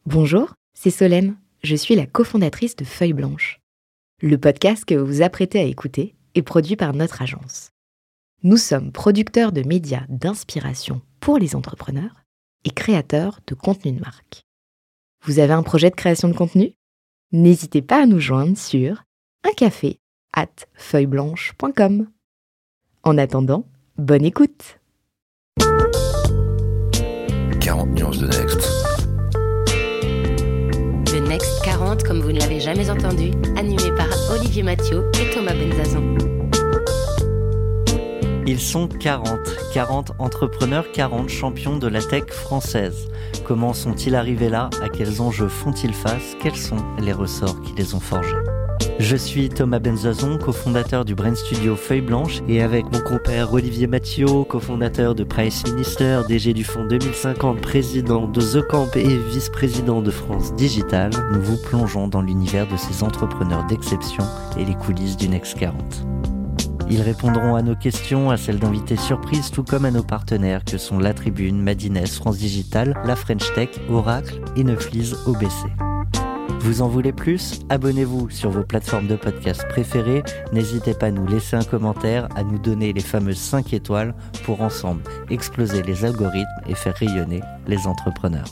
Bonjour, c'est Solène. Je suis la cofondatrice de Feuille Blanche. Le podcast que vous vous apprêtez à écouter est produit par notre agence. Nous sommes producteurs de médias d'inspiration pour les entrepreneurs et créateurs de contenu de marque. Vous avez un projet de création de contenu ? N'hésitez pas à nous joindre sur uncafé@feuilleblanche.com. En attendant, bonne écoute. 40 nuances de Next. Le Next 40 comme vous ne l'avez jamais entendu, animé par Olivier Mathieu et Thomas Benzazon. Ils sont 40 entrepreneurs, 40 champions de la tech française. Comment sont-ils arrivés là ? À quels enjeux font-ils face ? Quels sont les ressorts qui les ont forgés ? Je suis Thomas Benzazon, cofondateur du brand studio Feuille Blanche, et avec mon compère Olivier Mathieu, cofondateur de Price Minister, DG du fonds 2050, président de The Camp et vice-président de France Digital, nous vous plongeons dans l'univers de ces entrepreneurs d'exception et les coulisses du Next 40. Ils répondront à nos questions, à celles d'invités surprises, tout comme à nos partenaires que sont La Tribune, Madines, France Digital, La French Tech, Oracle et Neuflize OBC. Vous en voulez plus ? Abonnez-vous sur vos plateformes de podcast préférées. N'hésitez pas à nous laisser un commentaire, à nous donner les fameuses 5 étoiles pour ensemble exploser les algorithmes et faire rayonner les entrepreneurs.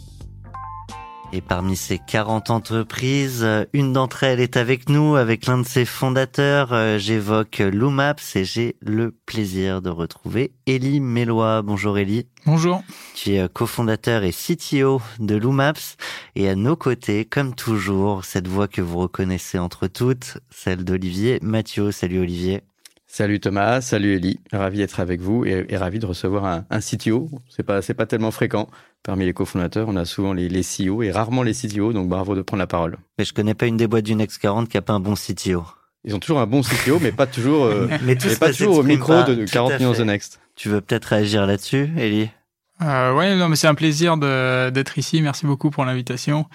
Et parmi ces 40 entreprises, une d'entre elles est avec nous, avec l'un de ses fondateurs. J'évoque Loomaps et j'ai le plaisir de retrouver Élie Mélois. Bonjour Élie. Bonjour. Tu es cofondateur et CTO de Loomaps. Et à nos côtés, comme toujours, cette voix que vous reconnaissez entre toutes, celle d'Olivier Mathieu. Salut Olivier. Salut Thomas, salut Élie. Ravi d'être avec vous et ravi de recevoir un CTO. C'est pas tellement fréquent. Parmi les cofondateurs, on a souvent les CEO et rarement les CTO, donc bravo de prendre la parole. Mais je connais pas une des boîtes du Next 40 qui a pas un bon CTO. Ils ont toujours un bon CTO, mais pas toujours, mais pas toujours au micro de 40 nuances de Next. Tu veux peut-être réagir là-dessus, Élie ? Ouais, non, mais c'est un plaisir d'être ici. Merci beaucoup pour l'invitation.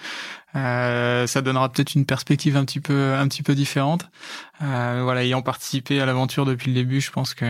Ça donnera peut-être une perspective un petit peu différente. Voilà, ayant participé à l'aventure depuis le début, je pense que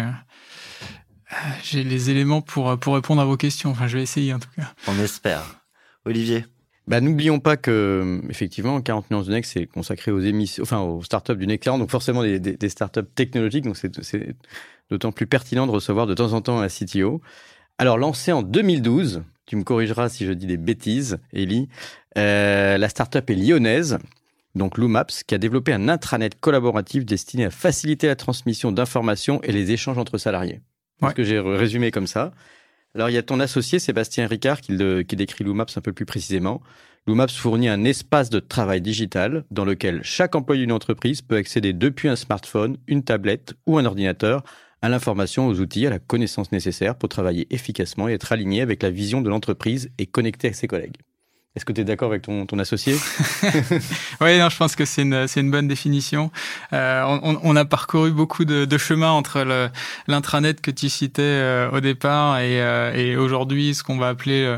j'ai les éléments pour répondre à vos questions. Enfin, je vais essayer en tout cas. On espère. Olivier. N'oublions pas que, effectivement, 40 nuances de Next, c'est consacré aux émissions, enfin, aux startups du Next 40, donc forcément des startups technologiques, donc c'est d'autant plus pertinent de recevoir de temps en temps un CTO. Alors, lancé en 2012, tu me corrigeras si je dis des bêtises, Élie, la startup est lyonnaise, donc Loomaps, qui a développé un intranet collaboratif destiné à faciliter la transmission d'informations et les échanges entre salariés. Ouais. Ce que j'ai résumé comme ça. Alors, il y a ton associé, Sébastien Ricard, qui décrit Loomaps un peu plus précisément. Loomaps fournit un espace de travail digital dans lequel chaque employé d'une entreprise peut accéder depuis un smartphone, une tablette ou un ordinateur à l'information, aux outils, à la connaissance nécessaire pour travailler efficacement et être aligné avec la vision de l'entreprise et connecté à ses collègues. Est-ce que tu es d'accord avec ton associé ? Oui, non, je pense que c'est une bonne définition. On a parcouru beaucoup de chemin entre l'intranet que tu citais au départ et aujourd'hui ce qu'on va appeler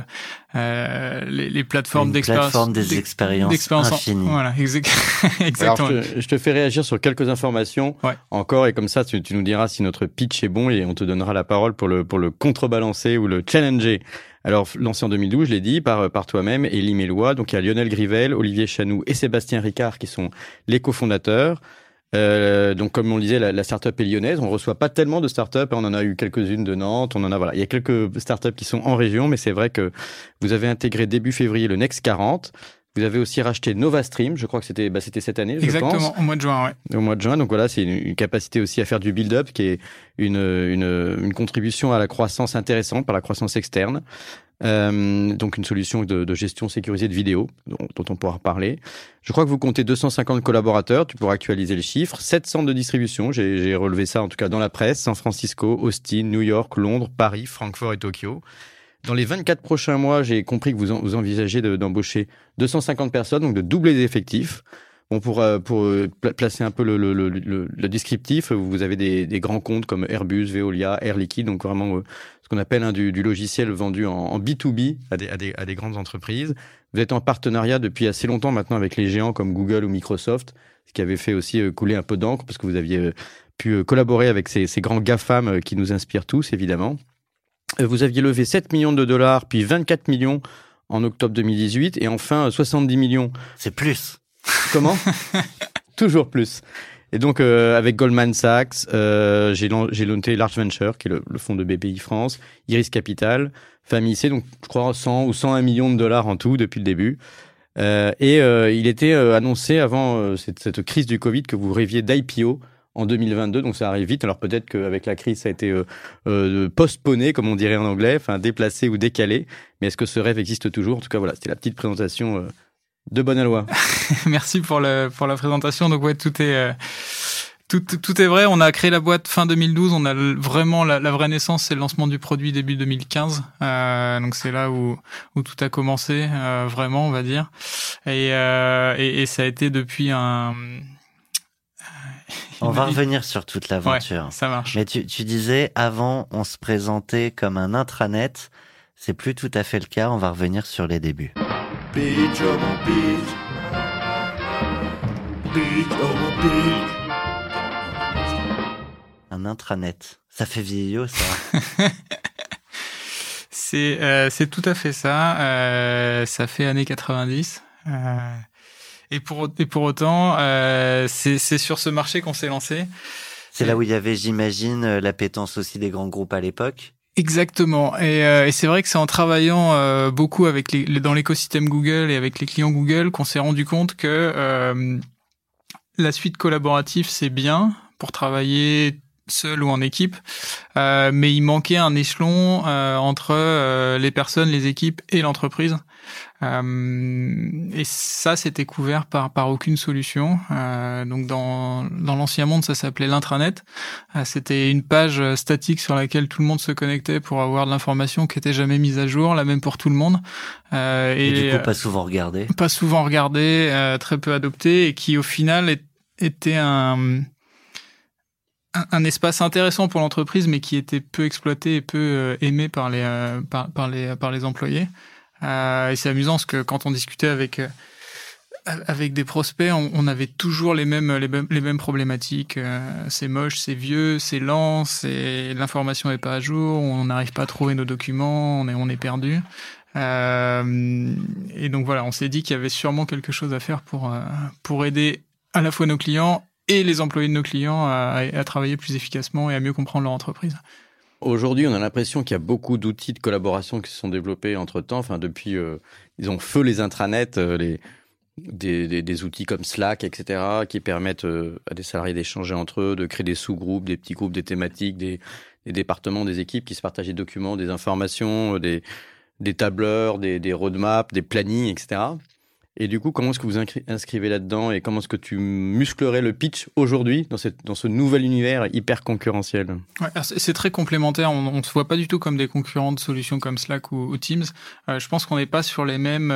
les plateformes d'expérience. Plateforme des expériences infinies. Voilà, exactement. Alors, je te fais réagir sur quelques informations encore et comme ça tu nous diras si notre pitch est bon et on te donnera la parole pour le contrebalancer ou le challenger. Alors, lancé en 2012, je l'ai dit, par toi-même, Élie Mélois. Donc, il y a Lionel Grivel, Olivier Chanoux et Sébastien Ricard qui sont les cofondateurs. Donc, comme on le disait, la startup est lyonnaise. On reçoit pas tellement de startups. On en a eu quelques-unes de Nantes. Il y a quelques startups qui sont en région, mais c'est vrai que vous avez intégré début février le Next 40. Vous avez aussi racheté NovaStream, je crois que c'était cette année, je pense. Exactement, au mois de juin, ouais. Au mois de juin, donc voilà, c'est une capacité aussi à faire du build-up qui est une contribution à la croissance intéressante par la croissance externe. Donc une solution de gestion sécurisée de vidéo dont on pourra reparler. Je crois que vous comptez 250 collaborateurs, tu pourras actualiser les chiffres, 7 centres de distribution, j'ai relevé ça en tout cas dans la presse, San Francisco, Austin, New York, Londres, Paris, Francfort et Tokyo. Dans les 24 prochains mois, j'ai compris que vous envisagez d'embaucher 250 personnes, donc de doubler les effectifs. Bon, pour placer un peu le descriptif, vous avez des grands comptes comme Airbus, Veolia, Air Liquide, donc vraiment ce qu'on appelle du logiciel vendu en B2B à des grandes entreprises. Vous êtes en partenariat depuis assez longtemps maintenant avec les géants comme Google ou Microsoft, ce qui avait fait aussi couler un peu d'encre parce que vous aviez pu collaborer avec ces grands GAFAM qui nous inspirent tous, évidemment. Vous aviez levé 7 millions de dollars, puis 24 millions en octobre 2018 et enfin 70 millions. C'est plus. Comment ? Toujours plus. Et donc, avec Goldman Sachs, j'ai lancé Large Venture, qui est le fonds de BPI France, Iris Capital, Famille C, donc je crois 100 ou 101 millions de dollars en tout depuis le début. Il était annoncé avant cette crise du Covid que vous rêviez d'IPO en 2022, donc ça arrive vite. Alors peut-être qu'avec la crise, ça a été postponé, comme on dirait en anglais, enfin déplacé ou décalé. Mais est-ce que ce rêve existe toujours ? En tout cas, voilà, c'était la petite présentation de Bonalois. Merci pour la présentation. Donc ouais, tout est vrai. On a créé la boîte fin 2012. On a vraiment la vraie naissance, c'est le lancement du produit début 2015. Donc c'est là où tout a commencé vraiment, on va dire. Et ça a été depuis un. On va revenir sur toute l'aventure. Ouais, ça marche. Mais tu disais, avant, on se présentait comme un intranet. C'est plus tout à fait le cas. On va revenir sur les débuts. Beach, oh mon beach. Beach, oh mon beach. Un intranet. Ça fait vieillot, ça. C'est tout à fait ça. Ça fait années 90. Et pour autant, c'est sur ce marché qu'on s'est lancé. C'est là où il y avait, j'imagine, l'appétence aussi des grands groupes à l'époque. Exactement. Et c'est vrai que c'est en travaillant beaucoup avec dans l'écosystème Google et avec les clients Google qu'on s'est rendu compte que la suite collaborative, c'est bien pour travailler seul ou en équipe, mais il manquait un échelon entre les personnes, les équipes et l'entreprise. Et ça, c'était couvert par aucune solution. Donc dans l'ancien monde, ça s'appelait l'intranet. C'était une page statique sur laquelle tout le monde se connectait pour avoir de l'information qui était jamais mise à jour, la même pour tout le monde. Et du coup, pas souvent regardé. Pas souvent regardé, très peu adopté, et qui au final était un espace intéressant pour l'entreprise, mais qui était peu exploité et peu aimé par les employés. Et c'est amusant parce que quand on discutait avec des prospects, on avait toujours les mêmes problématiques. C'est moche, c'est vieux, c'est lent, l'information n'est pas à jour, on n'arrive pas à trouver nos documents, on est perdu. Et donc voilà, on s'est dit qu'il y avait sûrement quelque chose à faire pour aider à la fois nos clients et les employés de nos clients à travailler plus efficacement et à mieux comprendre leur entreprise. Aujourd'hui, on a l'impression qu'il y a beaucoup d'outils de collaboration qui se sont développés entre-temps. Enfin, depuis, ils ont feu les intranets, des outils comme Slack, etc., qui permettent à des salariés d'échanger entre eux, de créer des sous-groupes, des petits groupes, des thématiques, des départements, des équipes qui se partagent des documents, des informations, des tableurs, des roadmaps, des plannings, etc. Et du coup, comment est-ce que vous inscrivez là-dedans et comment est-ce que tu musclerais le pitch aujourd'hui dans ce nouvel univers hyper concurrentiel ? Ouais, c'est très complémentaire. On ne se voit pas du tout comme des concurrents de solutions comme Slack ou Teams. Je pense qu'on n'est pas sur les mêmes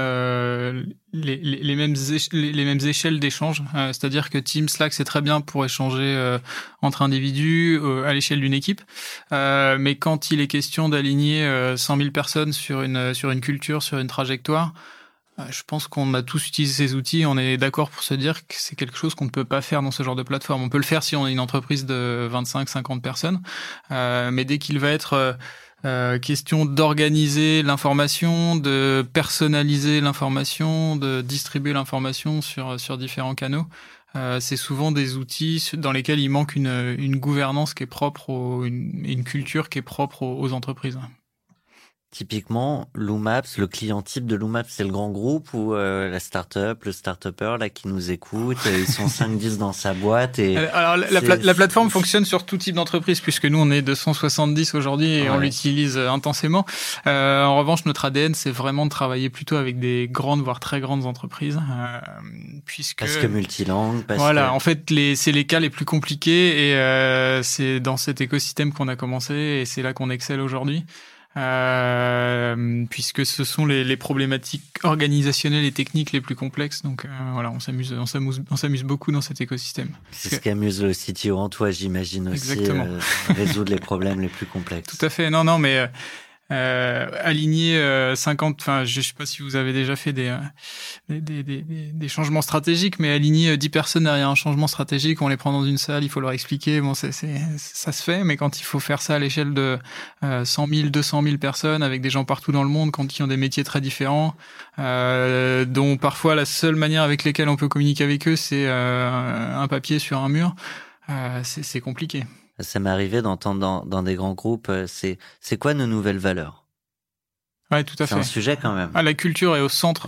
échelles d'échange. C'est-à-dire que Teams, Slack, c'est très bien pour échanger entre individus à l'échelle d'une équipe. Mais quand il est question d'aligner 100 000 personnes sur une culture, sur une trajectoire, je pense qu'on a tous utilisé ces outils. On est d'accord pour se dire que c'est quelque chose qu'on ne peut pas faire dans ce genre de plateforme. On peut le faire si on est une entreprise de 25-50 personnes. Mais dès qu'il va être question d'organiser l'information, de personnaliser l'information, de distribuer l'information sur différents canaux, c'est souvent des outils dans lesquels il manque une gouvernance qui est propre, une culture qui est propre aux entreprises. Typiquement, Loomaps, le client type de Loomaps, c'est le grand groupe ou la start-up, le start-upper là qui nous écoute, ils sont 5-10 dans sa boîte. Alors la plateforme fonctionne sur tout type d'entreprise puisque nous on est 270 aujourd'hui et on l'utilise intensément. En revanche, notre ADN c'est vraiment de travailler plutôt avec des grandes voire très grandes entreprises parce que multilangue. En fait c'est les cas les plus compliqués et c'est dans cet écosystème qu'on a commencé et c'est là qu'on excelle aujourd'hui. Puisque ce sont les problématiques organisationnelles et techniques les plus complexes. Donc on s'amuse beaucoup dans cet écosystème. C'est ce qui amuse le CTO en toi, j'imagine aussi, résoudre les problèmes les plus complexes. Tout à fait. Non, mais aligner 50, enfin je sais pas si vous avez déjà fait des changements stratégiques, mais aligner 10 personnes derrière un changement stratégique, on les prend dans une salle, il faut leur expliquer, bon ça se fait, mais quand il faut faire ça à l'échelle de 100 000, 200 000 personnes avec des gens partout dans le monde qui ont des métiers très différents, dont parfois la seule manière avec lesquelles on peut communiquer avec eux c'est un papier sur un mur, c'est compliqué. Ça m'est arrivé d'entendre dans des grands groupes, c'est quoi nos nouvelles valeurs? Ouais, tout à fait. C'est un sujet quand même. La culture est au centre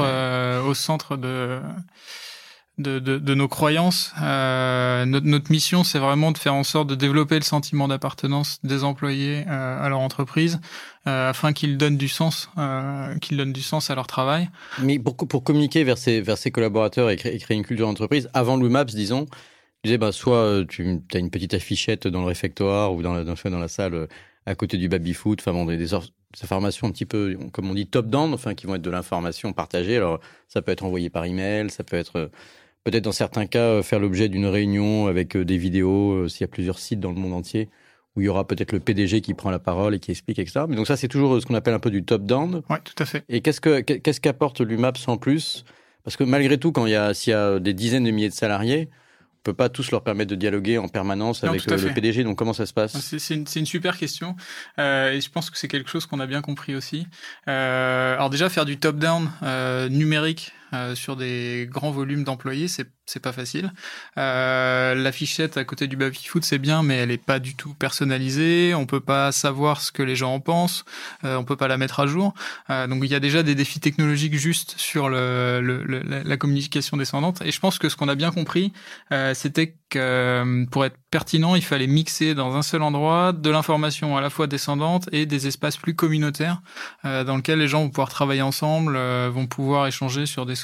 de nos croyances. Notre mission, c'est vraiment de faire en sorte de développer le sentiment d'appartenance des employés à leur entreprise, afin qu'ils donnent du sens, à leur travail. Mais pour communiquer vers ses collaborateurs et créer une culture d'entreprise, avant Louis Maps, disons, tu disais, soit tu as une petite affichette dans le réfectoire ou dans la salle à côté du baby-foot, enfin bon, des informations un petit peu, comme on dit, top-down, enfin qui vont être de l'information partagée. Alors ça peut être envoyé par email, ça peut être peut-être dans certains cas faire l'objet d'une réunion avec des vidéos, s'il y a plusieurs sites dans le monde entier, où il y aura peut-être le PDG qui prend la parole et qui explique, etc. Mais donc ça, c'est toujours ce qu'on appelle un peu du top-down. Ouais, tout à fait. Et qu'est-ce qu'apporte l'UMAPS en plus? Parce que malgré tout, s'il y a des dizaines de milliers de salariés, on peut pas tous leur permettre de dialoguer en permanence avec le PDG. Donc comment ça se passe? C'est une super question, et je pense que c'est quelque chose qu'on a bien compris aussi. Alors déjà, faire du top-down numérique sur des grands volumes d'employés, c'est pas facile. L'affichette à côté du baby-foot, c'est bien, mais elle est pas du tout personnalisée. On peut pas savoir ce que les gens en pensent. On peut pas la mettre à jour. Donc il y a déjà des défis technologiques juste sur la communication descendante. Et je pense que ce qu'on a bien compris, c'était que pour être pertinent, il fallait mixer dans un seul endroit de l'information à la fois descendante et des espaces plus communautaires dans lesquels les gens vont pouvoir travailler ensemble, vont pouvoir échanger sur des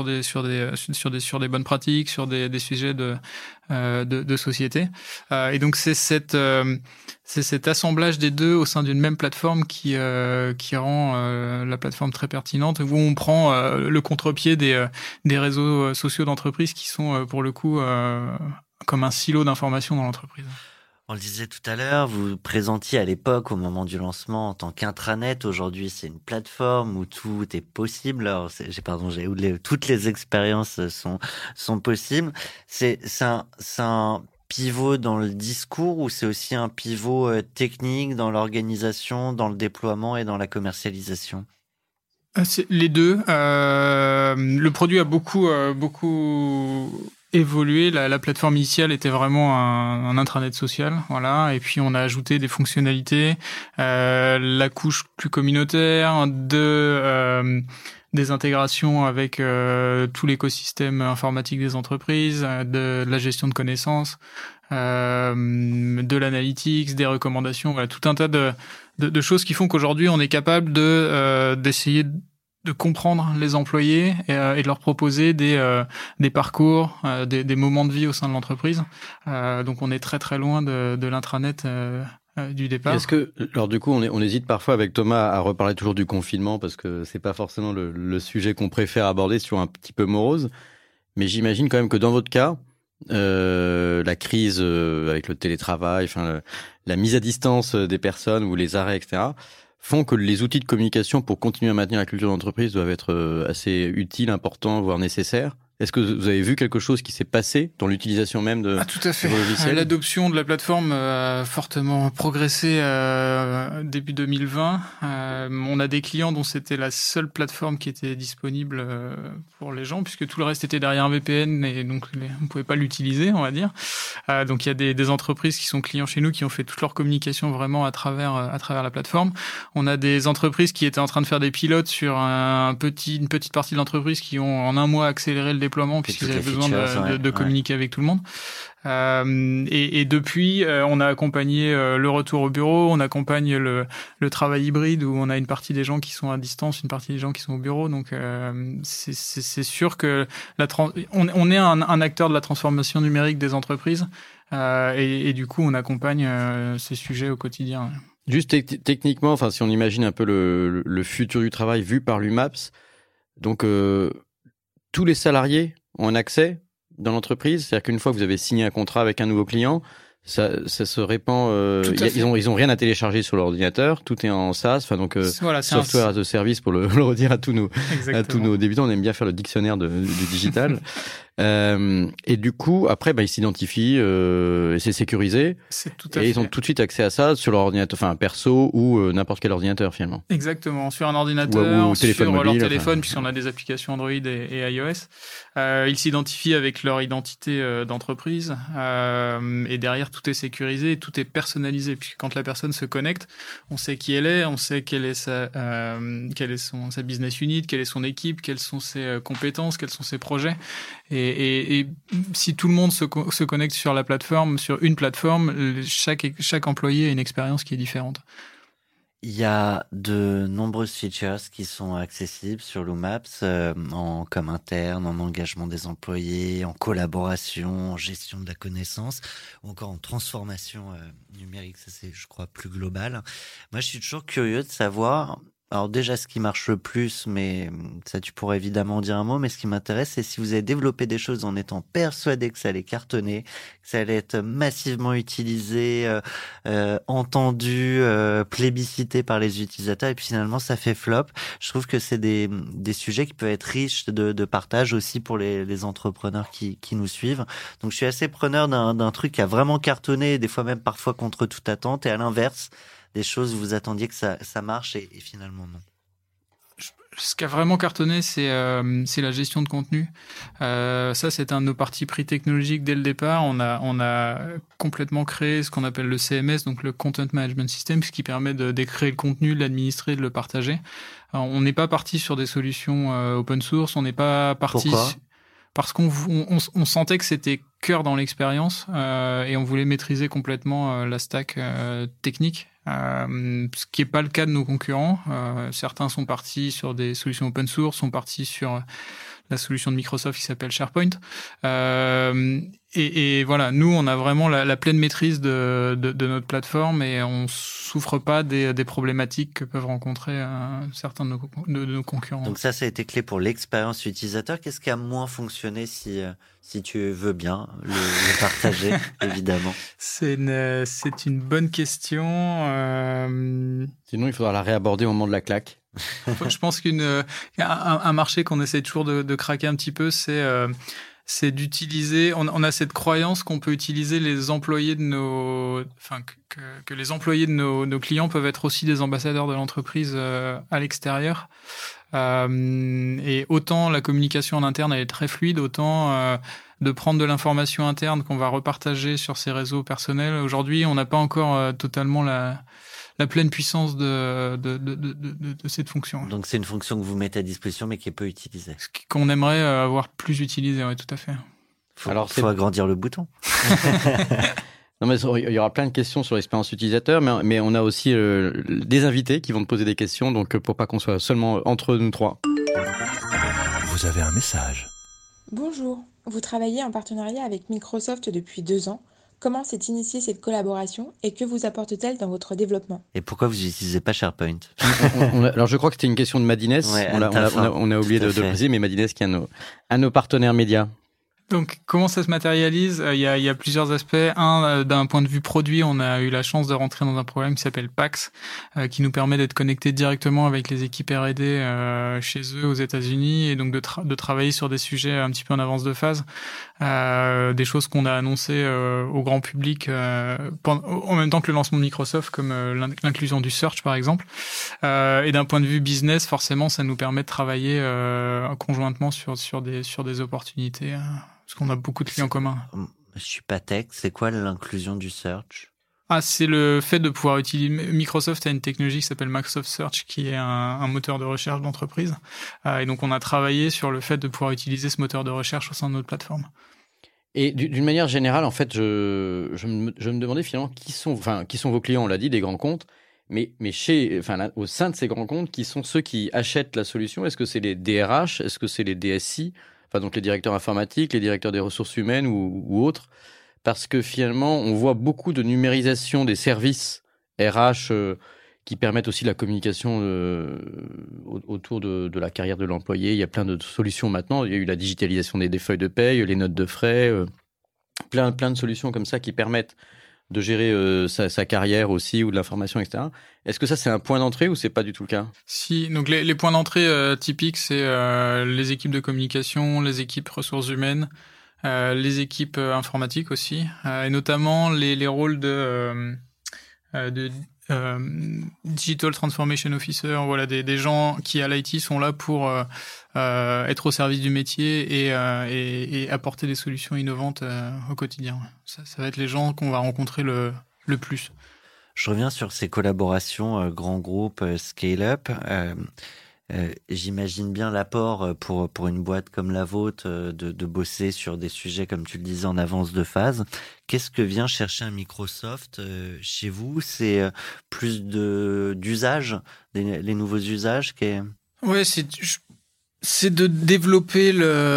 bonnes pratiques, sur des sujets de société. Et donc c'est cet assemblage des deux au sein d'une même plateforme qui rend la plateforme très pertinente, où on prend le contre-pied des réseaux sociaux d'entreprise qui sont pour le coup comme un silo d'information dans l'entreprise. On le disait tout à l'heure, vous présentiez à l'époque, au moment du lancement, en tant qu'intranet. Aujourd'hui, c'est une plateforme où tout est possible. Alors, toutes les expériences sont possibles. C'est un pivot dans le discours ou c'est aussi un pivot technique dans l'organisation, dans le déploiement et dans la commercialisation? C'est les deux. Le produit a beaucoup évolué. La plateforme initiale était vraiment un intranet social, voilà. Et puis on a ajouté des fonctionnalités, la couche plus communautaire, des intégrations avec tout l'écosystème informatique des entreprises, de la gestion de connaissances, de l'analytics, des recommandations, voilà, tout un tas de choses qui font qu'aujourd'hui on est capable d'essayer de comprendre les employés et de leur proposer des parcours, des moments de vie au sein de l'entreprise. Donc on est très très loin de l'intranet du départ. Est-ce que, alors du coup, on hésite parfois avec Thomas à reparler toujours du confinement parce que c'est pas forcément le sujet qu'on préfère aborder, sur un petit peu morose. Mais j'imagine quand même que dans votre cas, la crise avec le télétravail, enfin la mise à distance des personnes ou les arrêts, etc., font que les outils de communication pour continuer à maintenir la culture d'entreprise doivent être assez utiles, importants, voire nécessaires. Est-ce que vous avez vu quelque chose qui s'est passé dans l'utilisation même de tout à fait. vos logiciels? L'adoption de la plateforme a fortement progressé début 2020. On a des clients dont c'était la seule plateforme qui était disponible pour les gens, puisque tout le reste était derrière un VPN et donc on ne pouvait pas l'utiliser, on va dire. Donc il y a des entreprises qui sont clients chez nous qui ont fait toute leur communication vraiment à travers la plateforme. On a des entreprises qui étaient en train de faire des pilotes sur une petite partie de l'entreprise qui ont en un mois accéléré le déploiement puisqu'ils avaient besoin de communiquer avec tout le monde. Et depuis, on a accompagné le retour au bureau, on accompagne le travail hybride où on a une partie des gens qui sont à distance, une partie des gens qui sont au bureau. Donc c'est sûr que on est un acteur de la transformation numérique des entreprises et du coup on accompagne ces sujets au quotidien. Juste techniquement, enfin si on imagine un peu le futur du travail vu par l'UMAPS, donc tous les salariés ont un accès dans l'entreprise, c'est-à-dire qu'une fois que vous avez signé un contrat avec un nouveau client, Ça se répand. Tout à fait. Ils ont rien à télécharger sur l'ordinateur. Tout est en SaaS. Enfin donc Voilà, c'est software as a service pour le redire à tous nos Exactement. débutants. On aime bien faire le dictionnaire du digital. Et du coup, après, ils s'identifient. Et c'est sécurisé. C'est tout à Et fait. ils ont tout de suite accès à ça sur leur ordinateur, enfin perso ou n'importe quel ordinateur finalement. Exactement, sur un ordinateur, Ou téléphone sur leur mobile, téléphone, enfin. puisqu'on a des applications Android et iOS. Ils s'identifient avec leur identité d'entreprise et derrière tout est sécurisé, tout est personnalisé. Puisque quand la personne se connecte, on sait qui elle est, on sait quelle est sa business unit, quelle est son équipe, quelles sont ses compétences, quels sont ses projets. Et si tout le monde se connecte sur la plateforme, sur une plateforme, chaque employé a une expérience qui est différente. Il y a de nombreuses features qui sont accessibles sur Loomaps, en com interne, en engagement des employés, en collaboration, en gestion de la connaissance, ou encore en transformation numérique. Ça, c'est, je crois, plus global. Moi, je suis toujours curieux de savoir... Alors déjà, ce qui marche le plus, mais ça tu pourrais évidemment en dire un mot, mais ce qui m'intéresse, c'est si vous avez développé des choses en étant persuadé que ça allait cartonner, que ça allait être massivement utilisé, entendu, plébiscité par les utilisateurs, et puis finalement ça fait flop. Je trouve que c'est des sujets qui peuvent être riches de partage aussi pour les entrepreneurs qui nous suivent. Donc je suis assez preneur d'un truc qui a vraiment cartonné, des fois même parfois contre toute attente, et à l'inverse, des choses où vous attendiez que ça marche et finalement non. Ce qui a vraiment cartonné, c'est la gestion de contenu. Ça, c'est un de nos partis pris technologiques dès le départ. On a complètement créé ce qu'on appelle le CMS, donc le Content Management System, ce qui permet de créer le contenu, de l'administrer, de le partager. Alors, on n'est pas parti sur des solutions open source. On n'est pas parti... Pourquoi ? Parce qu'on sentait que c'était cœur dans l'expérience et on voulait maîtriser complètement la stack technique. Ce qui n'est pas le cas de nos concurrents. Certains sont partis sur des solutions open source, sont partis sur la solution de Microsoft qui s'appelle SharePoint. Et voilà, nous, on a vraiment la pleine maîtrise de notre plateforme et on souffre pas des problématiques que peuvent rencontrer certains de nos concurrents. Donc ça a été clé pour l'expérience utilisateur. Qu'est-ce qui a moins fonctionné si tu veux bien le partager, évidemment? C'est une bonne question. Sinon, il faudra la réaborder au moment de la claque. Je pense un marché qu'on essaie toujours de craquer un petit peu, c'est d'utiliser. On a cette croyance qu'on peut utiliser les employés de que les employés de nos clients peuvent être aussi des ambassadeurs de l'entreprise à l'extérieur. Et autant la communication en interne elle est très fluide, autant de prendre de l'information interne qu'on va repartager sur ses réseaux personnels. Aujourd'hui, on n'a pas encore totalement la pleine puissance de cette fonction. Donc c'est une fonction que vous mettez à disposition mais qui est peu utilisée. Qu'on aimerait avoir plus utilisé, oui, tout à fait. Faut agrandir le bouton. Non, mais il y aura plein de questions sur l'expérience utilisateur, mais on a aussi des invités qui vont te poser des questions, donc pour pas qu'on soit seulement entre nous trois. Vous avez un message. Bonjour, vous travaillez en partenariat avec Microsoft depuis 2 ans. Comment s'est initiée cette collaboration et que vous apporte-t-elle dans votre développement ? Et pourquoi vous n'utilisez pas SharePoint ? Alors je crois que c'était une question de Madines, Ouais, on a oublié de préciser, mais Madines qui est un de nos partenaires médias. Donc, comment ça se matérialise ? Il y a plusieurs aspects. D'un point de vue produit, on a eu la chance de rentrer dans un programme qui s'appelle PAX, qui nous permet d'être connectés directement avec les équipes R&D chez eux aux États-Unis et donc de travailler sur des sujets un petit peu en avance de phase, des choses qu'on a annoncées au grand public en même temps que le lancement de Microsoft, comme l'inclusion du search par exemple. Et d'un point de vue business, forcément, ça nous permet de travailler conjointement sur des opportunités. Parce qu'on a beaucoup de clients communs. Je suis pas tech. C'est quoi l'inclusion du search ? C'est le fait de pouvoir utiliser... Microsoft a une technologie qui s'appelle Microsoft Search, qui est un moteur de recherche d'entreprise. Et donc, on a travaillé sur le fait de pouvoir utiliser ce moteur de recherche au sein de notre plateforme. Et d'une manière générale, en fait, je me demandais finalement qui sont vos clients, on l'a dit, des grands comptes. Mais au sein de ces grands comptes, qui sont ceux qui achètent la solution ? Est-ce que c'est les DRH ? Est-ce que c'est les DSI ? Donc les directeurs informatiques, les directeurs des ressources humaines ou autres, parce que finalement, on voit beaucoup de numérisation des services RH qui permettent aussi la communication autour de la carrière de l'employé. Il y a plein de solutions maintenant. Il y a eu la digitalisation des feuilles de paye, les notes de frais, plein de solutions comme ça qui permettent de gérer sa carrière aussi ou de l'information, etc. Est-ce que ça, c'est un point d'entrée ou c'est pas du tout le cas? Si, donc les points d'entrée typiques, c'est les équipes de communication, les équipes ressources humaines, les équipes informatiques aussi, et notamment les rôles de Digital Transformation Officer, voilà, des gens qui à l'IT sont là pour être au service du métier et apporter des solutions innovantes au quotidien. Ça va être les gens qu'on va rencontrer le plus. Je reviens sur ces collaborations grands groupes, scale-up. J'imagine bien l'apport pour une boîte comme la vôtre de bosser sur des sujets, comme tu le disais, en avance de phase. Qu'est-ce que vient chercher un Microsoft chez vous? C'est plus d'usage, les nouveaux usages Ouais, c'est de développer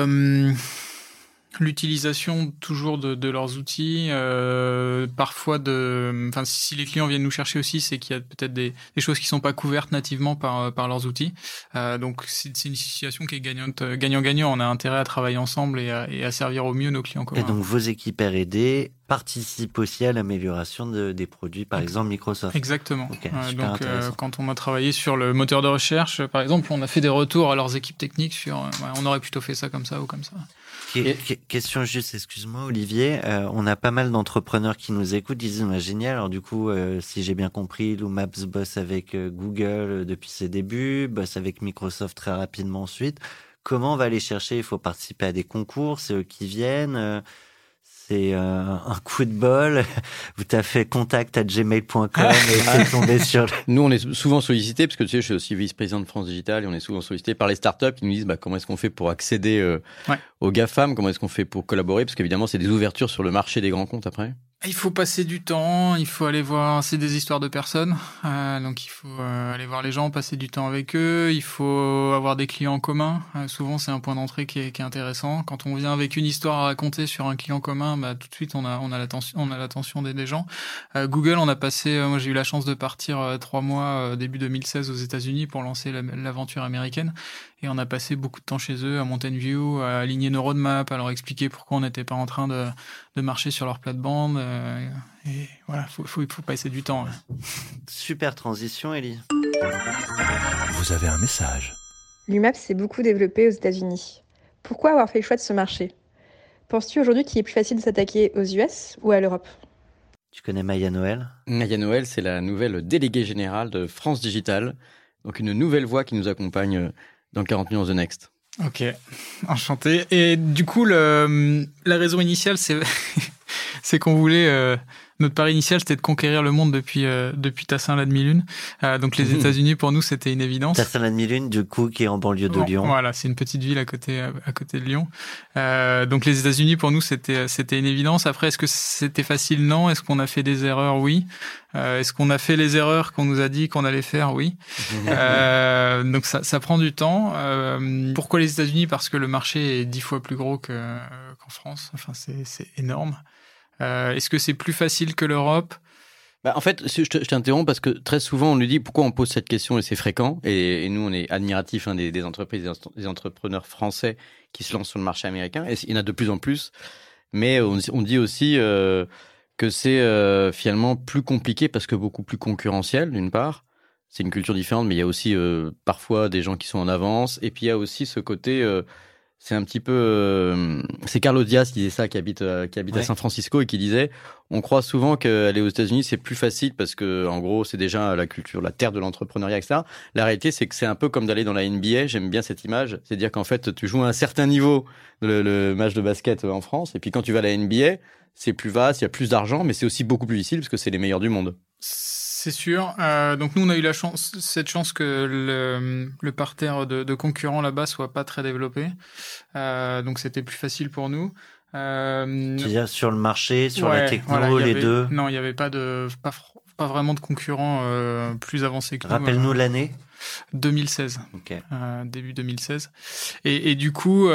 l'utilisation toujours de leurs outils, parfois si les clients viennent nous chercher aussi, c'est qu'il y a peut-être des choses qui sont pas couvertes nativement par leurs outils. Donc c'est une situation qui est gagnant-gagnant. On a intérêt à travailler ensemble et à servir au mieux nos clients communs. Et donc vos équipes R&D participent aussi à l'amélioration des produits, par exemple Microsoft. Exactement. Okay, donc quand on a travaillé sur le moteur de recherche, par exemple, on a fait des retours à leurs équipes techniques sur on aurait plutôt fait ça comme ça ou comme ça. Question juste, excuse-moi Olivier, on a pas mal d'entrepreneurs qui nous écoutent, disent génial, alors du coup si j'ai bien compris, Lou Maps bosse avec Google depuis ses débuts, bosse avec Microsoft très rapidement ensuite. Comment on va les chercher? Il faut participer à des concours, c'est eux qui viennent, c'est un coup de bol, vous t'as fait contact@gmail.com et c'est tombé sur... Nous, on est souvent sollicités, parce que tu sais, je suis aussi vice-président de France Digital, et on est souvent sollicités par les startups qui nous disent comment est-ce qu'on fait pour accéder aux GAFAM, comment est-ce qu'on fait pour collaborer, parce qu'évidemment, c'est des ouvertures sur le marché des grands comptes après. Il faut passer du temps, il faut aller voir, c'est des histoires de personnes, donc il faut aller voir les gens, passer du temps avec eux, il faut avoir des clients communs, souvent c'est un point d'entrée qui est intéressant. Quand on vient avec une histoire à raconter sur un client commun, tout de suite on a l'attention des gens. Google, on a passé, moi j'ai eu la chance de partir 3 mois début 2016 aux États-Unis pour lancer l'aventure américaine, et on a passé beaucoup de temps chez eux à Mountain View, à aligner nos roadmaps, à leur expliquer pourquoi on n'était pas en train de marcher sur leur plate-bande. Et voilà, faut passer du temps. Super transition, Ellie. Vous avez un message. L'UMAP s'est beaucoup développé aux États-Unis. Pourquoi avoir fait le choix de ce marché? Penses-tu aujourd'hui qu'il est plus facile de s'attaquer aux US ou à l'Europe? Tu connais Maya Noël? Maya Noël, c'est la nouvelle déléguée générale de France Digital, donc une nouvelle voix qui nous accompagne dans 40 Nuances The Next. Ok, enchanté. Et du coup, la raison initiale, c'est qu'on voulait... notre pari initial, c'était de conquérir le monde depuis Tassin, la demi-lune. Donc les États-Unis, pour nous, c'était une évidence. Tassin, la demi-lune, du coup, qui est en banlieue de Lyon. Voilà, c'est une petite ville à côté de Lyon. Donc les États-Unis, pour nous, c'était une évidence. Après, est-ce que c'était facile? Non. Est-ce qu'on a fait des erreurs? Oui. Est-ce qu'on a fait les erreurs qu'on nous a dit qu'on allait faire? Oui. Donc ça prend du temps. Pourquoi les États-Unis? Parce que le marché est 10 fois plus gros qu'en France. Enfin, c'est énorme. Est-ce que c'est plus facile que l'Europe? En fait, je t'interromps parce que très souvent, on nous dit pourquoi on pose cette question, et c'est fréquent. Et nous, on est admiratifs des entreprises, des entrepreneurs français qui se lancent sur le marché américain. Et il y en a de plus en plus. Mais on dit aussi que c'est finalement plus compliqué parce que beaucoup plus concurrentiel, d'une part. C'est une culture différente, mais il y a aussi parfois des gens qui sont en avance. Et puis il y a aussi ce côté... c'est un petit peu... c'est Carlos Diaz qui disait ça, qui habite à San Francisco, et qui disait on croit souvent qu'aller aux États-Unis, c'est plus facile parce que, en gros, c'est déjà la culture, la terre de l'entrepreneuriat, etc. La réalité, c'est que c'est un peu comme d'aller dans la NBA. J'aime bien cette image. C'est-à-dire qu'en fait, tu joues à un certain niveau le match de basket en France. Et puis quand tu vas à la NBA, c'est plus vaste, il y a plus d'argent, mais c'est aussi beaucoup plus difficile parce que c'est les meilleurs du monde. C'est sûr. Donc nous, on a eu cette chance que le parterre de concurrents là-bas soit pas très développé. Donc c'était plus facile pour nous. C'est-à-dire sur le marché, sur la techno, les deux? Non, il n'y avait pas vraiment de concurrents plus avancés que nous. Rappelle-nous l'année. 2016. Okay. Début 2016. Et du coup...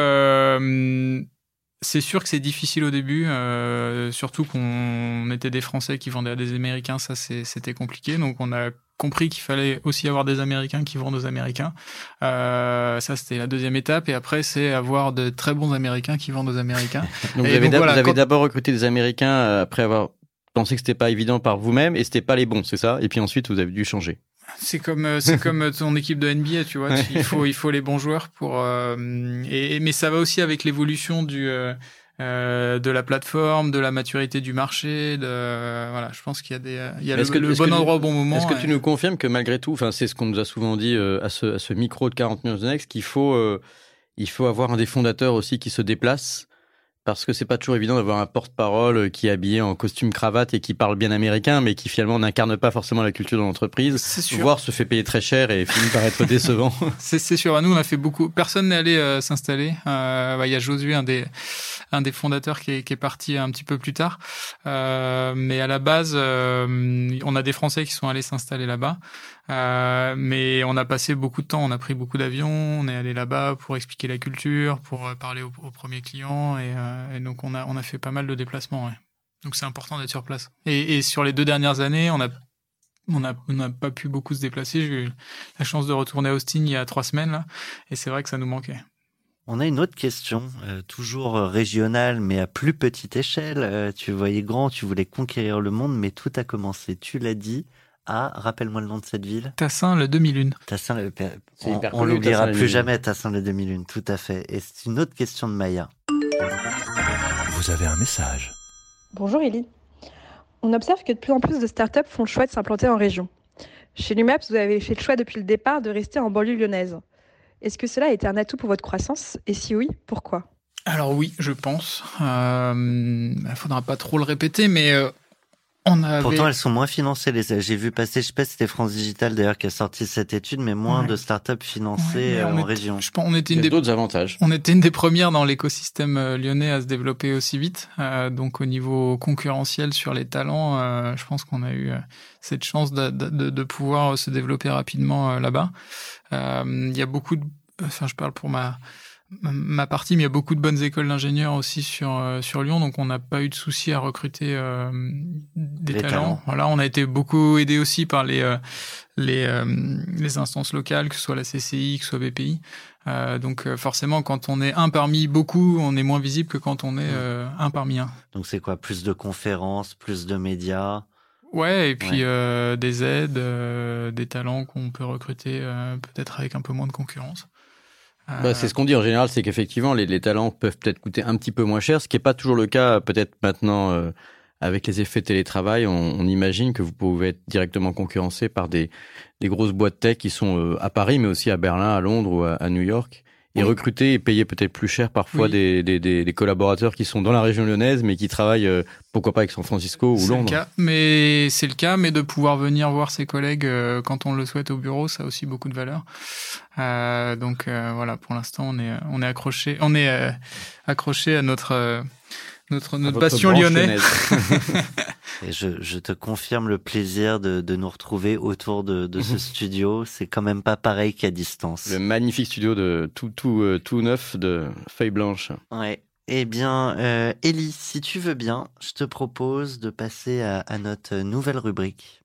c'est sûr que c'est difficile au début, surtout qu'on était des Français qui vendaient à des Américains, ça c'était compliqué. Donc on a compris qu'il fallait aussi avoir des Américains qui vendent aux Américains. Ça c'était la deuxième étape, et après c'est avoir de très bons Américains qui vendent aux Américains. Donc vous avez d'abord recruté des Américains après avoir pensé que c'était pas évident par vous-même et c'était pas les bons, c'est ça? Et puis ensuite, vous avez dû changer. C'est comme ton équipe de NBA, tu vois. Il faut les bons joueurs mais ça va aussi avec l'évolution de la plateforme, de la maturité du marché. Voilà, je pense qu'il y a le bon endroit au bon moment. Est-ce que tu nous confirmes que malgré tout, enfin, c'est ce qu'on nous a souvent dit à ce micro de 40 News Next, qu'il faut avoir un des fondateurs aussi qui se déplace? Parce que c'est pas toujours évident d'avoir un porte-parole qui est habillé en costume cravate et qui parle bien américain, mais qui finalement n'incarne pas forcément la culture de l'entreprise, voire se fait payer très cher et finit par être décevant. C'est sûr. Nous, on a fait beaucoup. Personne n'est allé s'installer. Il y a Josué, un des fondateurs qui est parti un petit peu plus tard. Mais à la base, on a des Français qui sont allés s'installer là-bas. Mais on a passé beaucoup de temps, on a pris beaucoup d'avions, on est allé là-bas pour expliquer la culture, pour parler aux premiers clients et donc on a fait pas mal de déplacements. Ouais. Donc c'est important d'être sur place. Et sur les 2 dernières années, on n'a pas pu beaucoup se déplacer. J'ai eu la chance de retourner à Austin il y a 3 semaines là, et c'est vrai que ça nous manquait. On a une autre question, toujours régionale, mais à plus petite échelle. Tu voyais grand, tu voulais conquérir le monde, mais tout a commencé, tu l'as dit, rappelle-moi le nom de cette ville. Tassin, le demi-lune. Tassin, on l'oubliera plus jamais, Tassin, le demi-lune, tout à fait. Et c'est une autre question de Maya. Vous avez un message. Bonjour Élie. On observe que de plus en plus de startups font le choix de s'implanter en région. Chez Lumaps, vous avez fait le choix depuis le départ de rester en banlieue lyonnaise. Est-ce que cela a été un atout pour votre croissance? Et si oui, pourquoi? Alors oui, je pense. Faudra pas trop le répéter, mais pourtant, elles sont moins financées. J'ai vu passer, je sais pas si c'était France Digital d'ailleurs qui a sorti cette étude, mais moins de startups financées en région. On était d'autres avantages. On était une des premières dans l'écosystème lyonnais à se développer aussi vite. Donc au niveau concurrentiel sur les talents, je pense qu'on a eu cette chance de pouvoir se développer rapidement là-bas. Il y a beaucoup de, je parle pour ma partie, mais il y a beaucoup de bonnes écoles d'ingénieurs aussi sur Lyon, donc on n'a pas eu de souci à recruter des talents. Voilà, on a été beaucoup aidé aussi par les instances locales, que ce soit la CCI, que ce soit BPI. Donc forcément, quand on est un parmi beaucoup, on est moins visible que quand on est un parmi un. Donc c'est quoi? Plus de conférences, plus de médias? Ouais, et puis des aides, des talents qu'on peut recruter peut-être avec un peu moins de concurrence. C'est ce qu'on dit en général, c'est qu'effectivement les talents peuvent peut-être coûter un petit peu moins cher, ce qui n'est pas toujours le cas peut-être maintenant avec les effets télétravail. On imagine que vous pouvez être directement concurrencé par des grosses boîtes tech qui sont à Paris, mais aussi à Berlin, à Londres ou à New York. Et recruter et payer peut-être plus cher parfois des collaborateurs qui sont dans la région lyonnaise, mais qui travaillent, pourquoi pas avec San Francisco ou Londres. C'est le cas, mais de pouvoir venir voir ses collègues quand on le souhaite au bureau, ça a aussi beaucoup de valeur. Donc voilà, pour l'instant, on est accroché à notre passion lyonnaise. Et je te confirme le plaisir de nous retrouver autour de ce studio. C'est quand même pas pareil qu'à distance. Le magnifique studio de tout neuf de Feuille Blanche. Ouais. Eh bien, Élie, si tu veux bien, je te propose de passer à notre nouvelle rubrique.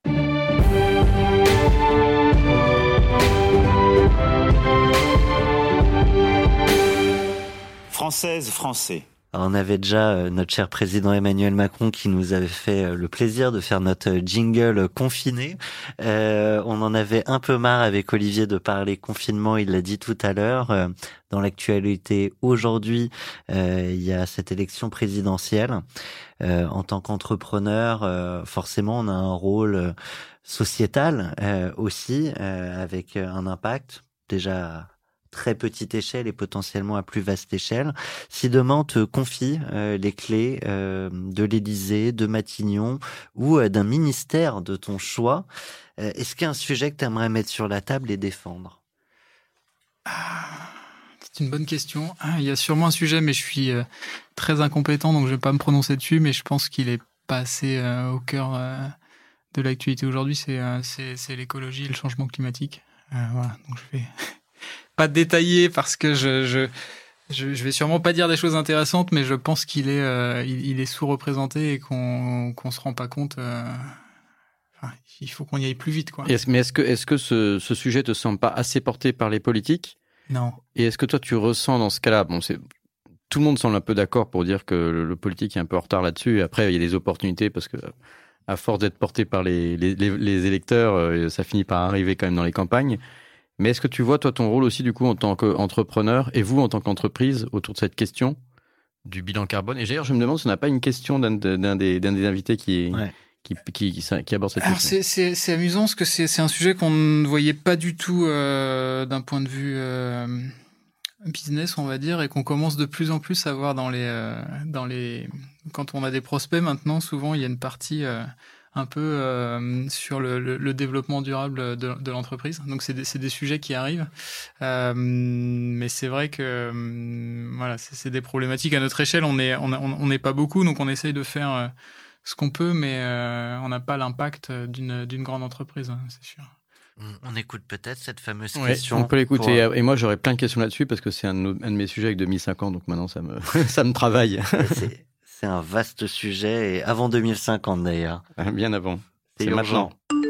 Française, français. On avait déjà notre cher président Emmanuel Macron qui nous avait fait le plaisir de faire notre jingle confiné. On en avait un peu marre avec Olivier de parler confinement, il l'a dit tout à l'heure. Dans l'actualité aujourd'hui, il y a cette élection présidentielle. En tant qu'entrepreneur, forcément, on a un rôle sociétal aussi, avec un impact déjà très petite échelle et potentiellement à plus vaste échelle. Si demain on te confie les clés de l'Élysée, de Matignon ou d'un ministère de ton choix, est-ce qu'il y a un sujet que tu aimerais mettre sur la table et défendre? C'est une bonne question. Il y a sûrement un sujet, mais je suis très incompétent, donc je vais pas me prononcer dessus, mais je pense qu'il est pas assez au cœur de l'actualité aujourd'hui. C'est l'écologie et le changement climatique. Voilà, donc je vais pas détailler parce que je vais sûrement pas dire des choses intéressantes, mais je pense qu'il est il est sous-représenté et qu'on se rend pas compte. Il faut qu'on y aille plus vite, quoi. Mais est-ce que ce sujet te semble pas assez porté par les politiques? Non. Et est-ce que toi tu ressens dans ce cas-là, tout le monde semble un peu d'accord pour dire que le politique est un peu en retard là-dessus. Et après, il y a des opportunités parce que, à force d'être porté par les électeurs, ça finit par arriver quand même dans les campagnes. Mais est-ce que tu vois, toi, ton rôle aussi, du coup, en tant qu'entrepreneur et vous, en tant qu'entreprise, autour de cette question du bilan carbone? Et d'ailleurs, je me demande si on n'a pas une question d'un des invités qui aborde cette question. C'est amusant parce que c'est un sujet qu'on ne voyait pas du tout d'un point de vue business, on va dire, et qu'on commence de plus en plus à voir dans les quand on a des prospects maintenant, souvent il y a une partie un peu sur le développement durable de l'entreprise. Donc c'est des sujets qui arrivent, mais c'est vrai que voilà, c'est des problématiques à notre échelle. On n'est pas beaucoup, donc on essaye de faire ce qu'on peut, mais on n'a pas l'impact d'une grande entreprise, hein, c'est sûr. On écoute peut-être cette fameuse question. On peut l'écouter. Et moi, j'aurais plein de questions là-dessus parce que c'est un de mes sujets avec 2050, donc maintenant ça me travaille. C'est un vaste sujet, et avant 2050 d'ailleurs. Bien avant. C'est urgent.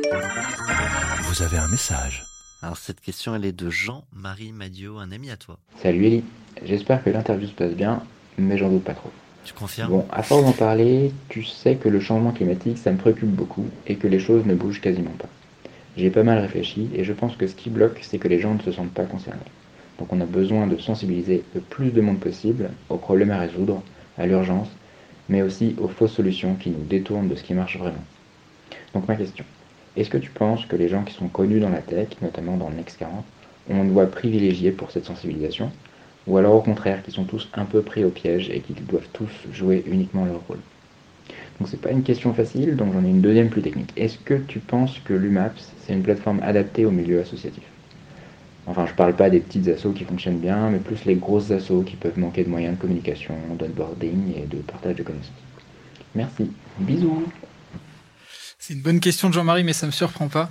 Vous avez un message. Alors cette question, elle est de Jean-Marie Madiot, un ami à toi. Salut Ellie, j'espère que l'interview se passe bien, mais j'en doute pas trop. Tu confirmes? Bon, à force d'en parler, tu sais que le changement climatique, ça me préoccupe beaucoup et que les choses ne bougent quasiment pas. J'ai pas mal réfléchi et je pense que ce qui bloque, c'est que les gens ne se sentent pas concernés. Donc on a besoin de sensibiliser le plus de monde possible aux problèmes à résoudre, à l'urgence, mais aussi aux fausses solutions qui nous détournent de ce qui marche vraiment. Donc ma question, est-ce que tu penses que les gens qui sont connus dans la tech, notamment dans Next 40, ont une voix privilégiée pour cette sensibilisation, ou alors au contraire qu'ils sont tous un peu pris au piège et qu'ils doivent tous jouer uniquement leur rôle? Donc c'est pas une question facile, donc j'en ai une deuxième plus technique. Est-ce que tu penses que l'UMAPS, c'est une plateforme adaptée au milieu associatif? Enfin, je parle pas des petites assos qui fonctionnent bien, mais plus les grosses assos qui peuvent manquer de moyens de communication, d'onboarding et de partage de connaissances. Merci, bisous. C'est une bonne question de Jean-Marie, mais ça me surprend pas.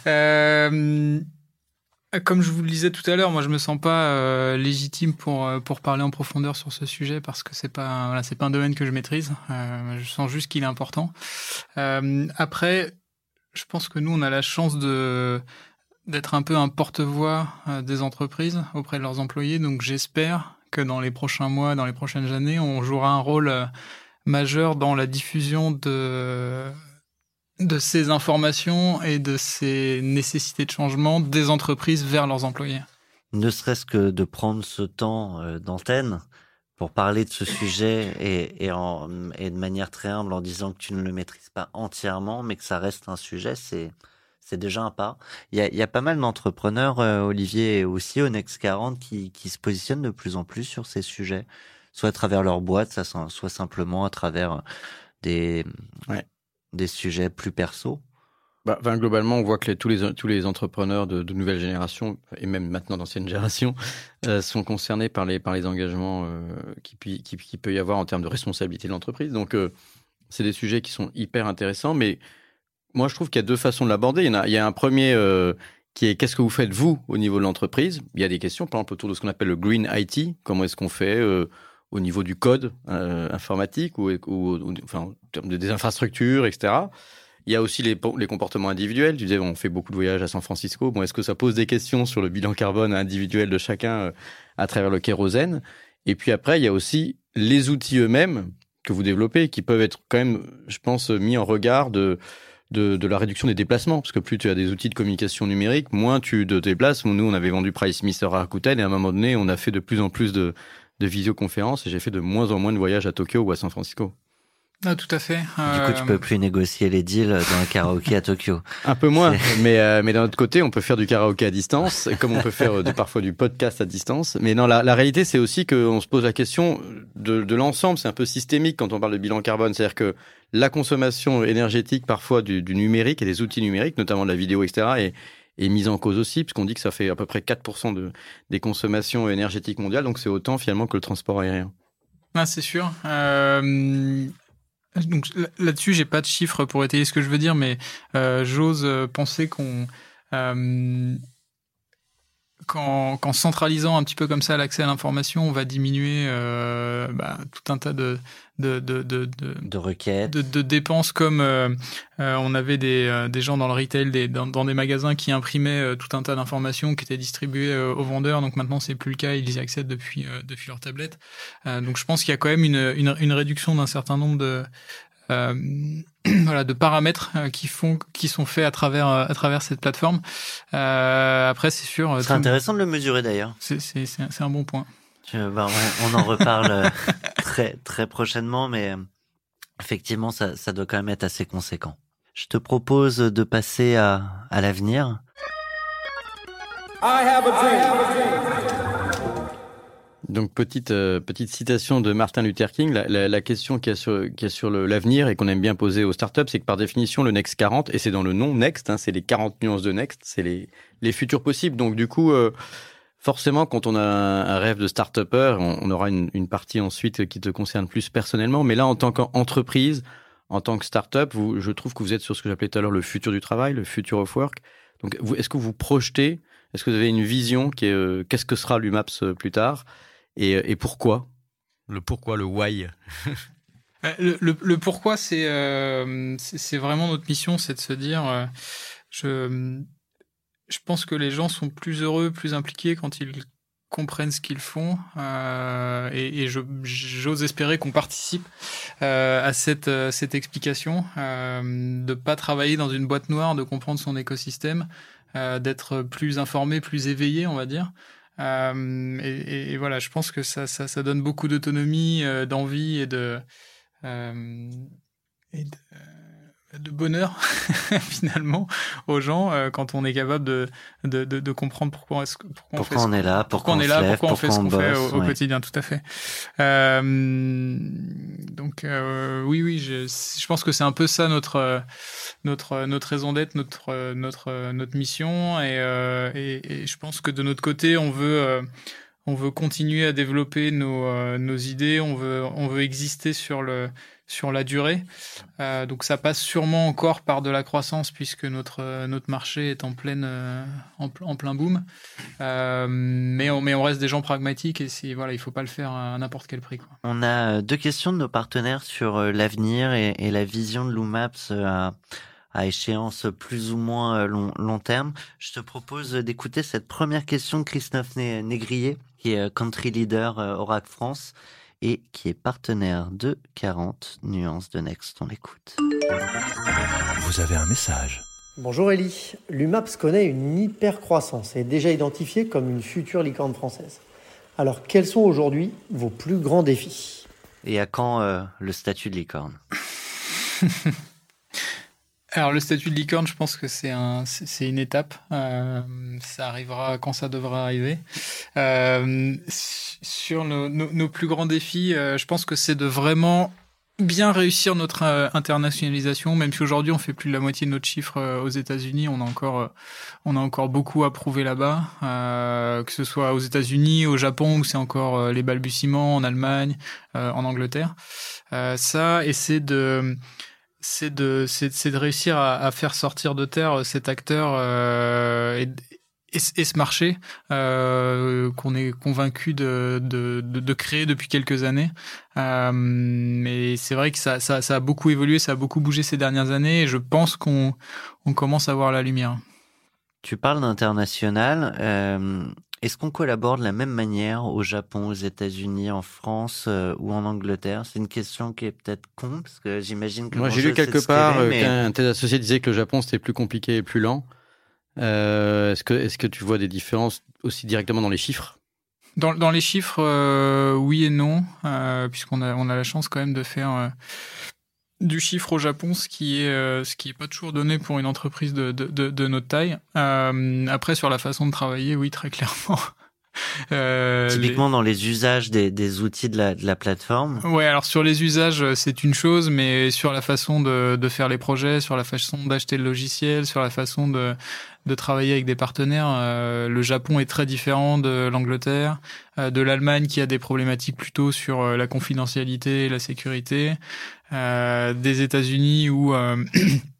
Comme je vous le disais tout à l'heure, moi je me sens pas légitime pour parler en profondeur sur ce sujet parce que c'est pas un domaine que je maîtrise. Je sens juste qu'il est important. Après, je pense que nous on a la chance d'être un peu un porte-voix des entreprises auprès de leurs employés. Donc j'espère que dans les prochains mois, dans les prochaines années, on jouera un rôle majeur dans la diffusion de ces informations et de ces nécessités de changement des entreprises vers leurs employés. Ne serait-ce que de prendre ce temps d'antenne pour parler de ce sujet et de manière très humble en disant que tu ne le maîtrises pas entièrement, mais que ça reste un sujet, c'est déjà un pas. Il y a pas mal d'entrepreneurs, Olivier, et aussi au Next 40 qui se positionnent de plus en plus sur ces sujets, soit à travers leur boîte, soit simplement à travers des sujets plus perso. Globalement, on voit que tous les entrepreneurs de nouvelle génération, et même maintenant d'ancienne génération, sont concernés par les engagements qui peut y avoir en termes de responsabilité de l'entreprise. Donc, c'est des sujets qui sont hyper intéressants, mais moi, je trouve qu'il y a deux façons de l'aborder. Il y a un premier qui est qu'est-ce que vous faites, vous, au niveau de l'entreprise? Il y a des questions, par exemple, autour de ce qu'on appelle le Green IT. Comment est-ce qu'on fait au niveau du code informatique ou enfin, en termes des infrastructures, etc. Il y a aussi les comportements individuels. Tu disais, on fait beaucoup de voyages à San Francisco. Bon, est-ce que ça pose des questions sur le bilan carbone individuel de chacun à travers le kérosène? Et puis après, il y a aussi les outils eux-mêmes que vous développez qui peuvent être quand même, je pense, mis en regard de la réduction des déplacements. Parce que plus tu as des outils de communication numérique, moins tu te déplaces. Nous, on avait vendu PriceSmith à Rakuten et à un moment donné, on a fait de plus en plus de visioconférences et j'ai fait de moins en moins de voyages à Tokyo ou à San Francisco. Ah, tout à fait. Du coup, tu peux plus négocier les deals dans un karaoké à Tokyo. Un peu moins, mais d'un autre côté, on peut faire du karaoké à distance, comme on peut faire parfois du podcast à distance. Mais non, la réalité, c'est aussi qu'on se pose la question de l'ensemble. C'est un peu systémique quand on parle de bilan carbone. C'est-à-dire que la consommation énergétique, parfois, du numérique et des outils numériques, notamment de la vidéo, etc., est mise en cause aussi, puisqu'on dit que ça fait à peu près 4% des consommations énergétiques mondiales. Donc, c'est autant, finalement, que le transport aérien. Ah, c'est sûr. Donc là-dessus, j'ai pas de chiffres pour étayer ce que je veux dire, mais j'ose penser qu'on, qu'en centralisant un petit peu comme ça l'accès à l'information, on va diminuer tout un tas de requêtes, de dépenses, comme on avait des gens dans le retail, dans des magasins qui imprimaient tout un tas d'informations qui étaient distribuées aux vendeurs. Donc maintenant c'est plus le cas, ils y accèdent depuis leur tablette. Donc je pense qu'il y a quand même une réduction d'un certain nombre de paramètres qui sont faits à travers cette plateforme. Après, c'est sûr. C'est intéressant de le mesurer d'ailleurs. C'est un bon point. On en reparle très très prochainement, mais effectivement, ça doit quand même être assez conséquent. Je te propose de passer à l'avenir. I have a dream. Donc petite citation de Martin Luther King. La question qu'il y a sur l'avenir et qu'on aime bien poser aux startups, c'est que par définition le Next 40, et c'est dans le nom Next, c'est les 40 nuances de Next, c'est les futurs possibles. Donc du coup, forcément, quand on a un rêve de start-upper, on aura une partie ensuite qui te concerne plus personnellement. Mais là, en tant qu'entreprise, en tant que start-up, je trouve que vous êtes sur ce que j'appelais tout à l'heure le futur du travail, le future of work. Donc est-ce que vous projetez, est-ce que vous avez une vision qui est qu'est-ce que sera l'UMAPS plus tard? Et pourquoi? Le pourquoi, le why. Le pourquoi, c'est vraiment notre mission, c'est de se dire, je pense que les gens sont plus heureux, plus impliqués quand ils comprennent ce qu'ils font, et j'ose espérer qu'on participe à cette explication, de pas travailler dans une boîte noire, de comprendre son écosystème, d'être plus informé, plus éveillé, on va dire. Et voilà, je pense que ça donne beaucoup d'autonomie, d'envie et de bonheur finalement aux gens, quand on est capable de comprendre pourquoi on est là, pourquoi on fait ce qu'on fait au quotidien. Tout à fait. Donc oui, je pense que c'est un peu ça notre raison d'être, notre mission, et je pense que de notre côté on veut continuer à développer nos idées, on veut exister sur la durée. Donc ça passe sûrement encore par de la croissance, puisque notre marché est en plein boom. Mais on reste des gens pragmatiques, et il faut pas le faire à n'importe quel prix, quoi. On a 2 questions de nos partenaires sur l'avenir et la vision de l'UMAPS à échéance plus ou moins long terme. Je te propose d'écouter cette première question de Christophe Négrier, qui est country leader Oracle France et qui est partenaire de 40 nuances de Next. On l'écoute. Vous avez un message. Bonjour Elie. L'UMAPS connaît une hyper-croissance et est déjà identifiée comme une future licorne française. Alors, quels sont aujourd'hui vos plus grands défis? Et à quand le statut de licorne? Alors le statut de licorne, je pense que c'est une étape. Ça arrivera quand ça devra arriver. Sur nos plus grands défis, je pense que c'est de vraiment bien réussir notre internationalisation, même si aujourd'hui on fait plus de la moitié de notre chiffre aux États-Unis. On a encore beaucoup à prouver là-bas, que ce soit aux États-Unis, au Japon, où c'est encore les balbutiements, en Allemagne, en Angleterre. Ça, et c'est de réussir à faire sortir de terre cet acteur et ce marché qu'on est convaincu de créer depuis quelques années. Mais c'est vrai que ça a beaucoup évolué, ça a beaucoup bougé ces dernières années, et je pense qu'on commence à voir la lumière. Tu parles d'international. Est-ce qu'on collabore de la même manière au Japon, aux États-Unis, en France ou en Angleterre? C'est une question qui est peut-être con, parce que j'imagine que... Moi, j'ai lu quelque part qu'un tel associé disait que le Japon, c'était plus compliqué et plus lent. Est-ce que tu vois des différences aussi directement dans les chiffres? Dans les chiffres, oui et non, puisqu'on a la chance quand même de faire... du chiffre au Japon, ce qui est pas toujours donné pour une entreprise de notre taille. Après, sur la façon de travailler, oui, très clairement. Typiquement dans les usages des outils de la plateforme. Ouais, alors sur les usages, c'est une chose, mais sur la façon de faire les projets, sur la façon d'acheter le logiciel, sur la façon de travailler avec des partenaires, le Japon est très différent de l'Angleterre, de l'Allemagne qui a des problématiques plutôt sur la confidentialité et la sécurité, des États-Unis où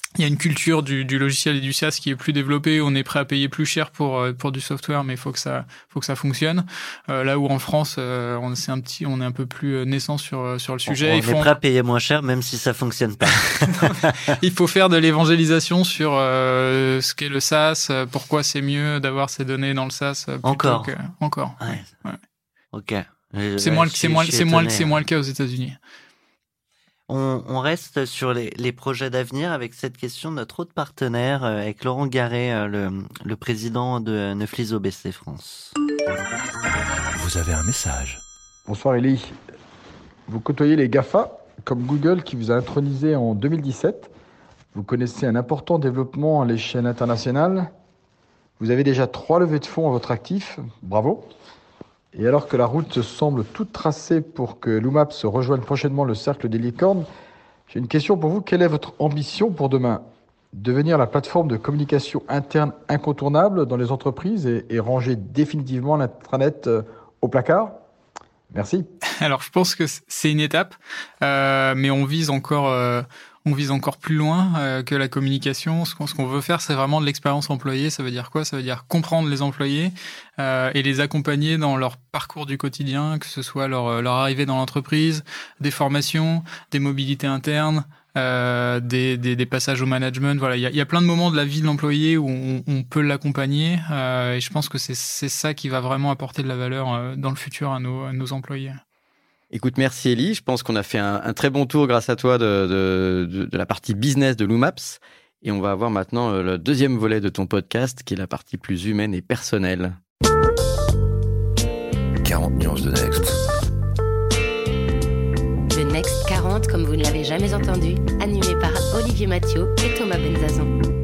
Il y a une culture du logiciel et du SaaS qui est plus développée. On est prêt à payer plus cher pour du software, mais faut que ça fonctionne. Là où en France, on est un peu plus naissant sur le sujet. On est prêt à payer moins cher, même si ça fonctionne pas. Il faut faire de l'évangélisation sur ce qu'est le SaaS, pourquoi c'est mieux d'avoir ces données dans le SaaS. Encore. Ouais. Ok. C'est moins le cas aux États-Unis. On reste sur les projets d'avenir avec cette question de notre autre partenaire, avec Laurent Garret, le président de Neuflis OBC France. Vous avez un message. Bonsoir Elie. Vous côtoyez les GAFA, comme Google qui vous a intronisé en 2017. Vous connaissez un important développement à l'échelle internationale. Vous avez déjà 3 levées de fonds à votre actif. Bravo. Et alors que la route semble toute tracée pour que Loomaps rejoigne prochainement le cercle des licornes, j'ai une question pour vous. Quelle est votre ambition pour demain ? Devenir la plateforme de communication interne incontournable dans les entreprises et ranger définitivement l'intranet au placard ? Merci. Alors, je pense que c'est une étape, mais on vise encore plus loin que la communication. Ce qu'on veut faire, c'est vraiment de l'expérience employée. Ça veut dire quoi ? Ça veut dire comprendre les employés et les accompagner dans leur parcours du quotidien, que ce soit leur arrivée dans l'entreprise, des formations, des mobilités internes, des passages au management. Voilà, il y a plein de moments de la vie de l'employé où on peut l'accompagner et je pense que c'est ça qui va vraiment apporter de la valeur dans le futur à nos employés. Écoute, merci Elie. Je pense qu'on a fait un très bon tour grâce à toi de la partie business de Loomaps. Et on va avoir maintenant le deuxième volet de ton podcast, qui est la partie plus humaine et personnelle. 40 nuances de Next. Le Next 40, comme vous ne l'avez jamais entendu, animé par Olivier Mathieu et Thomas Benzazan.